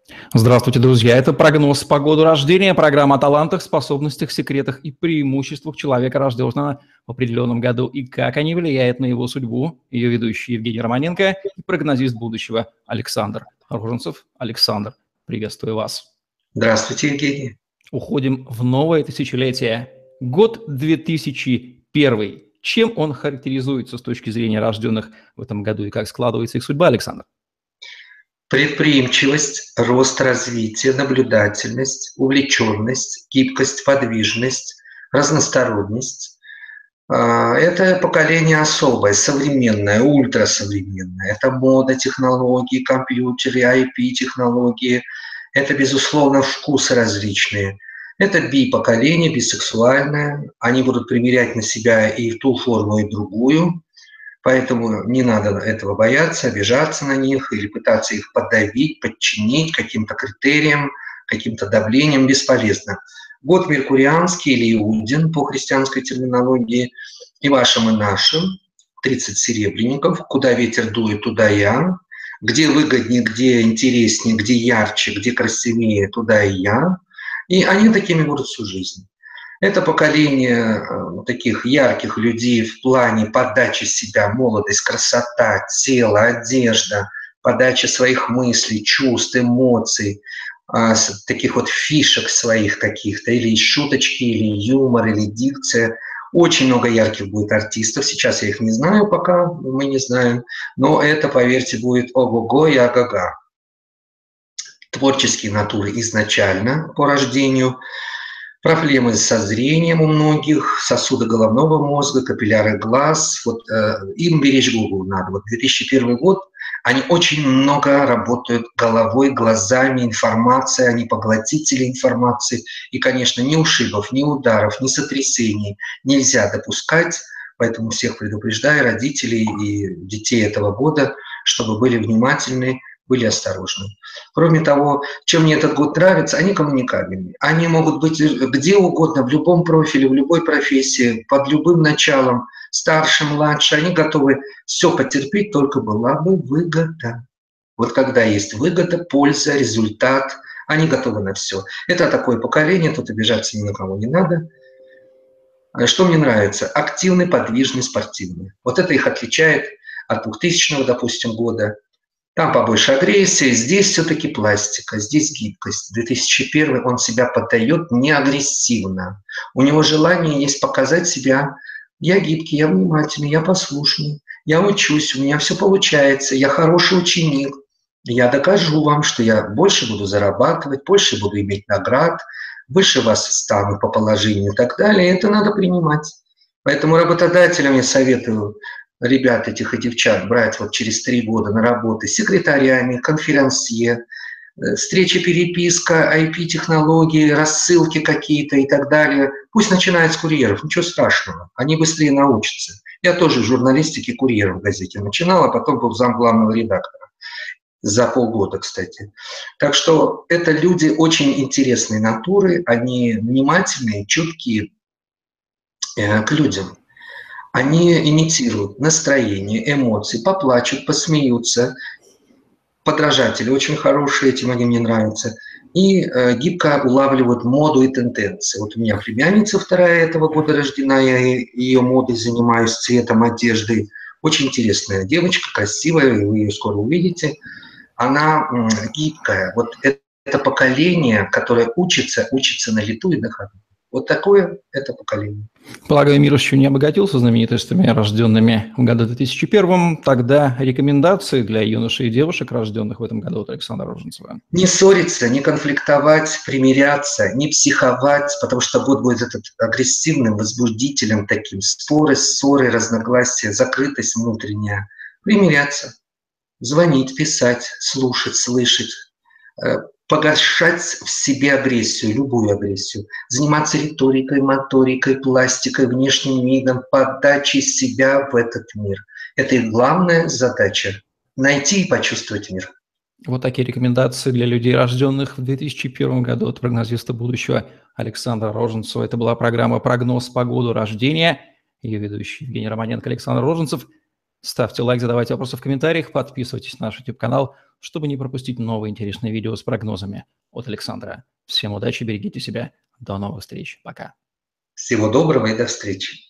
Здравствуйте, друзья. Это прогноз по году рождения, программа о талантах, способностях, секретах и преимуществах человека, рожденного в определенном году, и как они влияют на его судьбу. Ее ведущий Евгений Романенко и прогнозист будущего Александр Роженцев. Александр, приветствую вас. Здравствуйте, Евгений. Уходим в новое тысячелетие. Год 2001. Чем он характеризуется с точки зрения рожденных в этом году и как складывается их судьба, Александр? Предприимчивость, рост развития, наблюдательность, увлеченность, гибкость, подвижность, разносторонность. Это поколение особое, современное, ультрасовременное. Это мода, технологии, компьютеры, IP-технологии. Это, безусловно, вкусы различные. Это би-поколение, бисексуальное. Они будут примерять на себя и в ту форму, и в другую. Поэтому не надо этого бояться, обижаться на них или пытаться их подавить, подчинить каким-то критериям, каким-то давлением. Бесполезно. Год меркурианский или иудин по христианской терминологии, и вашим, и нашим, 30 серебряников, куда ветер дует, туда я, где выгоднее, где интереснее, где ярче, где красивее, туда и я. И они такими будут всю жизнь. Это поколение таких ярких людей в плане подачи себя, молодость, красота, тело, одежда, подача своих мыслей, чувств, эмоций, таких вот фишек своих каких-то, или шуточки, или юмор, или дикция. Очень много ярких будет артистов. Сейчас я их не знаю пока, мы не знаем, но это, поверьте, будет ого-го и ага-га. Творческие натуры изначально по рождению. Проблемы со зрением у многих, сосуды головного мозга, капилляры глаз. Вот, им беречь голову надо. Вот 2001 год, они очень много работают головой, глазами, информацией, они поглотители информации. И, конечно, ни ушибов, ни ударов, ни сотрясений нельзя допускать. Поэтому всех предупреждаю, родителей и детей этого года, чтобы были внимательны, были осторожны. Кроме того, чем мне этот год нравится, они коммуникабельны. Они могут быть где угодно, в любом профиле, в любой профессии, под любым началом, старше, младше. Они готовы все потерпеть, только была бы выгода. Вот когда есть выгода, польза, результат, они готовы на все. Это такое поколение, тут обижаться ни на кого не надо. Что мне нравится? Активный, подвижный, спортивный. Вот это их отличает от 2000-го, допустим, года. Там побольше агрессии, здесь все-таки пластика, здесь гибкость. 2001 он себя поддает не агрессивно. У него желание есть показать себя. Я гибкий, я внимательный, я послушный, я учусь, у меня все получается, я хороший ученик. Я докажу вам, что я больше буду зарабатывать, больше буду иметь наград, выше вас встану по положению и так далее. Это надо принимать. Поэтому работодателям я советую ребят этих и девчат брать вот через 3 года на работы секретарями, конферансье, встреча, переписка, IP-технологии, рассылки какие-то и так далее. Пусть начинают с курьеров, ничего страшного, они быстрее научатся. Я тоже в журналистике курьером в газете начинал, а потом был зам главного редактора. За полгода, кстати. Так что это люди очень интересные натуры, они внимательные, чуткие к людям. Они имитируют настроение, эмоции, поплачут, посмеются. Подражатели очень хорошие, этим они мне нравятся. И гибко улавливают моду и тенденции. Вот у меня племянница вторая этого года рождена, я ее модой занимаюсь, цветом, одеждой. Очень интересная девочка, красивая, вы ее скоро увидите. Она гибкая. Вот это поколение, которое учится на лету и на ходу. Вот такое это поколение. Полагаю, мир еще не обогатился знаменитостями, рожденными в году 2001. Тогда рекомендации для юношей и девушек, рожденных в этом году от Александра Роженцева. Не ссориться, не конфликтовать, примиряться, не психовать, потому что год будет этот агрессивным, возбудителем таким. Споры, ссоры, разногласия, закрытость внутренняя. Примиряться, звонить, писать, слушать, слышать, погашать в себе агрессию, любую агрессию, заниматься риторикой, моторикой, пластикой, внешним видом, подачей себя в этот мир. Это их главная задача – найти и почувствовать мир. Вот такие рекомендации для людей, рожденных в 2001 году от прогнозиста будущего Александра Роженцева. Это была программа «Прогноз по году рождения». Ее ведущий Евгений Романенко, Александр Роженцев. Ставьте лайк, задавайте вопросы в комментариях, подписывайтесь на наш YouTube-канал, чтобы не пропустить новые интересные видео с прогнозами от Александра. Всем удачи, берегите себя. До новых встреч. Пока. Всего доброго и до встречи.